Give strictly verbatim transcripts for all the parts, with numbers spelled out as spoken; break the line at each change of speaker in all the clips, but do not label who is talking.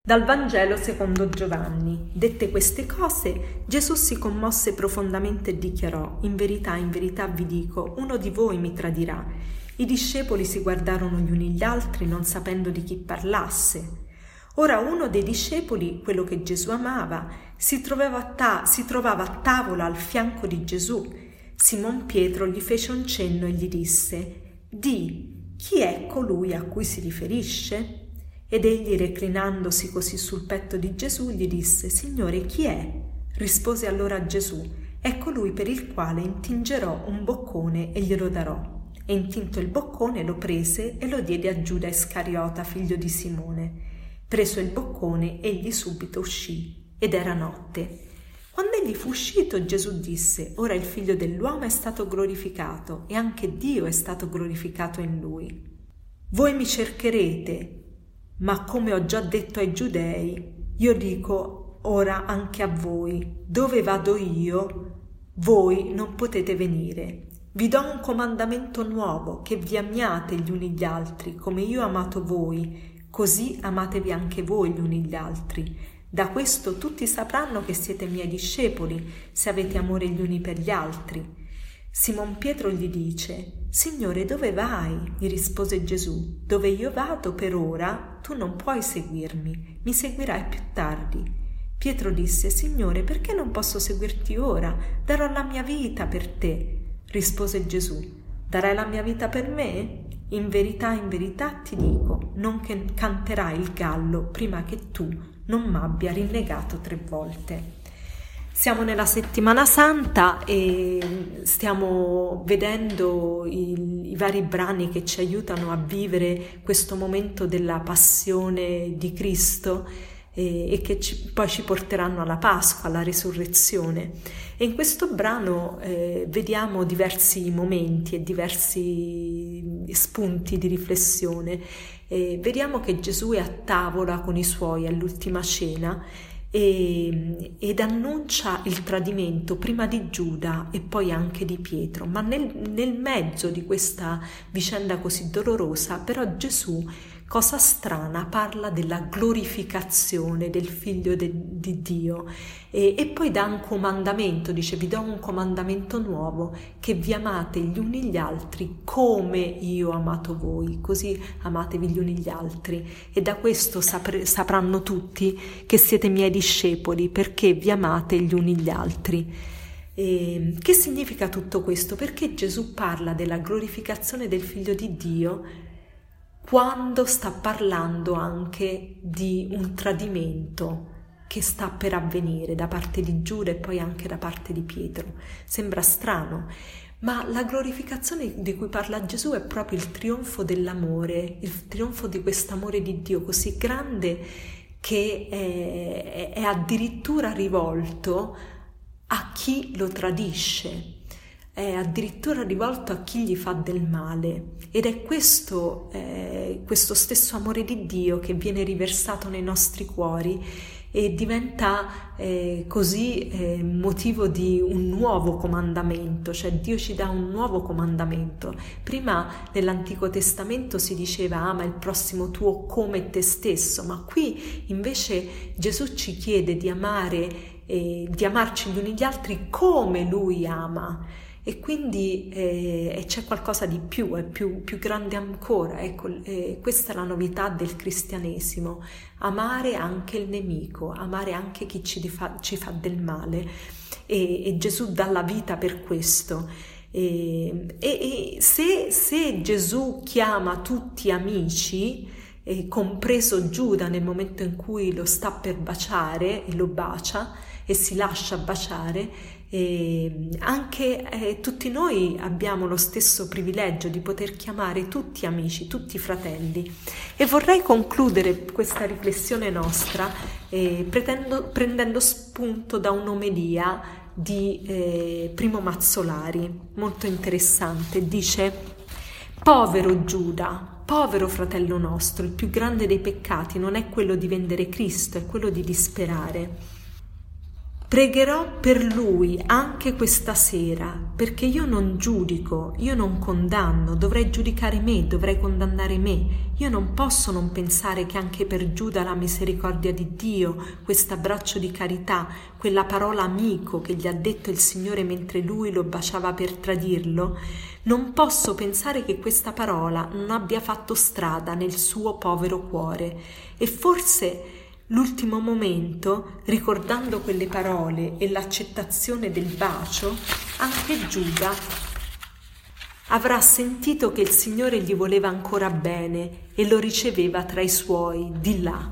Dal Vangelo secondo Giovanni. Dette queste cose, Gesù si commosse profondamente e dichiarò: in verità, in verità vi dico, uno di voi mi tradirà. I discepoli si guardarono gli uni gli altri, non sapendo di chi parlasse. Ora uno dei discepoli, quello che Gesù amava, si trovava a, ta- si trovava a tavola al fianco di Gesù. Simon Pietro gli fece un cenno e gli disse: «Di, chi è colui a cui si riferisce?» Ed egli, reclinandosi così sul petto di Gesù, gli disse: «Signore, chi è?» Rispose allora Gesù: «È colui per il quale intingerò un boccone e glielo darò». E intinto il boccone lo prese e lo diede a Giuda Iscariota, figlio di Simone. Preso il boccone, egli subito uscì, ed era notte. Quando egli fu uscito, Gesù disse: «Ora il Figlio dell'uomo è stato glorificato, e anche Dio è stato glorificato in lui. Voi mi cercherete, ma come ho già detto ai Giudei, io dico ora anche a voi: dove vado io, voi non potete venire. Vi do un comandamento nuovo, che vi amiate gli uni gli altri, come io ho amato voi, così amatevi anche voi gli uni gli altri. Da questo tutti sapranno che siete miei discepoli, se avete amore gli uni per gli altri». Simon Pietro gli dice: «Signore, dove vai?» Gli rispose Gesù: «Dove io vado per ora, tu non puoi seguirmi, mi seguirai più tardi». Pietro disse: «Signore, perché non posso seguirti ora? Darò la mia vita per te». Rispose Gesù: «Darai la mia vita per me? In verità, in verità ti dico, non che canterai il gallo prima che tu non m'abbia rinnegato tre volte». Siamo nella settimana santa e stiamo vedendo i, i vari brani che ci aiutano a vivere questo momento della passione di Cristo e, e che ci, poi ci porteranno alla Pasqua, alla risurrezione. E in questo brano eh, vediamo diversi momenti e diversi spunti di riflessione. E vediamo che Gesù è a tavola con i suoi all'ultima cena E, ed annuncia il tradimento prima di Giuda e poi anche di Pietro, ma nel, nel mezzo di questa vicenda così dolorosa però Gesù, cosa strana, parla della glorificazione del Figlio de, di Dio e, e poi dà un comandamento, dice: «Vi do un comandamento nuovo, che vi amate gli uni gli altri come io ho amato voi, così amatevi gli uni gli altri, e da questo sapre, sapranno tutti che siete miei discepoli, perché vi amate gli uni gli altri». E che significa tutto questo? Perché Gesù parla della glorificazione del Figlio di Dio quando sta parlando anche di un tradimento che sta per avvenire da parte di Giuda e poi anche da parte di Pietro. Sembra strano, ma la glorificazione di cui parla Gesù è proprio il trionfo dell'amore, il trionfo di quest'amore di Dio così grande che è, è addirittura rivolto a chi lo tradisce, è addirittura rivolto a chi gli fa del male, ed è questo, eh, questo stesso amore di Dio che viene riversato nei nostri cuori e diventa eh, così eh, motivo di un nuovo comandamento, cioè Dio ci dà un nuovo comandamento. Prima nell'Antico Testamento si diceva: ama il prossimo tuo come te stesso, ma qui invece Gesù ci chiede di amare, eh, di amarci gli uni gli altri come Lui ama. E quindi eh, c'è qualcosa di più, è più, più grande ancora. Ecco, eh, questa è la novità del cristianesimo: amare anche il nemico, amare anche chi ci fa, ci fa del male, e, e Gesù dà la vita per questo. E, e, e se, se Gesù chiama tutti amici, eh, compreso Giuda nel momento in cui lo sta per baciare e lo bacia e si lascia baciare, e anche eh, tutti noi abbiamo lo stesso privilegio di poter chiamare tutti amici, tutti fratelli. E vorrei concludere questa riflessione nostra eh, pretendo, prendendo spunto da un'omelia di eh, Primo Mazzolari, molto interessante. Dice: «Povero Giuda, povero fratello nostro, il più grande dei peccati non è quello di vendere Cristo, è quello di disperare. Pregherò per lui anche questa sera, perché io non giudico, io non condanno, dovrei giudicare me, dovrei condannare me. Io non posso non pensare che anche per Giuda la misericordia di Dio, questo abbraccio di carità, quella parola amico che gli ha detto il Signore mentre lui lo baciava per tradirlo, non posso pensare che questa parola non abbia fatto strada nel suo povero cuore. E forse l'ultimo momento, ricordando quelle parole e l'accettazione del bacio, anche Giuda avrà sentito che il Signore gli voleva ancora bene e lo riceveva tra i suoi di là.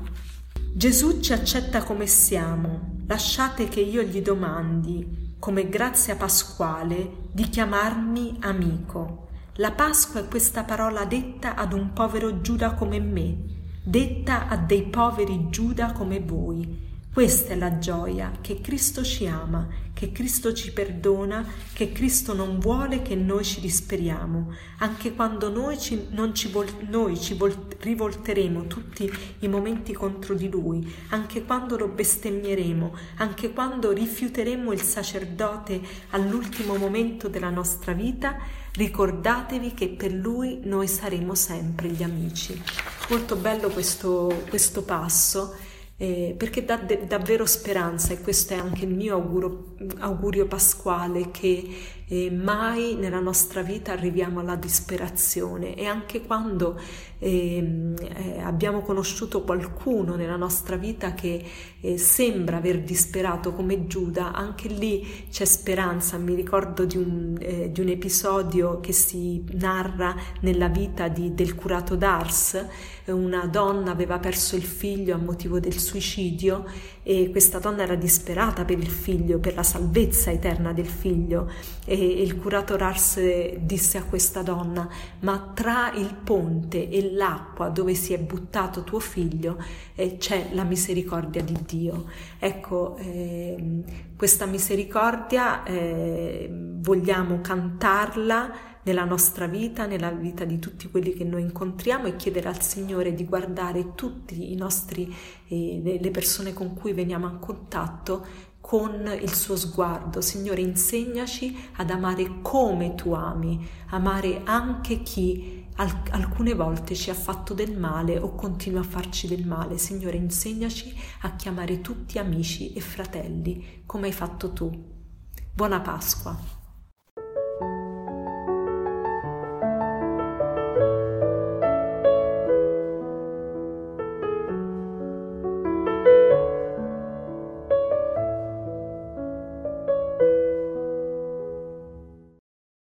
Gesù ci accetta come siamo. Lasciate che io gli domandi, come grazia pasquale, di chiamarmi amico. La Pasqua è questa parola detta ad un povero Giuda come me, detta a dei poveri Giuda come voi. Questa è la gioia, che Cristo ci ama, che Cristo ci perdona, che Cristo non vuole che noi ci disperiamo, anche quando noi ci, non ci, vol, noi ci vol, rivolteremo tutti i momenti contro di Lui, anche quando lo bestemmieremo, anche quando rifiuteremo il sacerdote all'ultimo momento della nostra vita. Ricordatevi che per Lui noi saremo sempre gli amici. Molto bello questo, questo passo, eh, perché dà de- davvero speranza, e questo è anche il mio augurio, augurio pasquale, che eh, mai nella nostra vita arriviamo alla disperazione, e anche quando eh, eh, abbiamo conosciuto qualcuno nella nostra vita che eh, sembra aver disperato come Giuda, anche lì c'è speranza. Mi ricordo di un, eh, di un episodio che si narra nella vita di, del curato d'Ars. Una donna aveva perso il figlio a motivo del suicidio, e questa donna era disperata per il figlio, per la salvezza eterna del figlio, e il curator Ars disse a questa donna: ma tra il ponte e l'acqua dove si è buttato tuo figlio eh, c'è la misericordia di Dio. Ecco, eh, questa misericordia eh, vogliamo cantarla nella nostra vita, nella vita di tutti quelli che noi incontriamo, e chiedere al Signore di guardare tutti i nostri, eh, le, le persone con cui veniamo in contatto con il suo sguardo. Signore, insegnaci ad amare come tu ami, amare anche chi al, alcune volte ci ha fatto del male o continua a farci del male. Signore, insegnaci a chiamare tutti amici e fratelli come hai fatto tu. Buona Pasqua.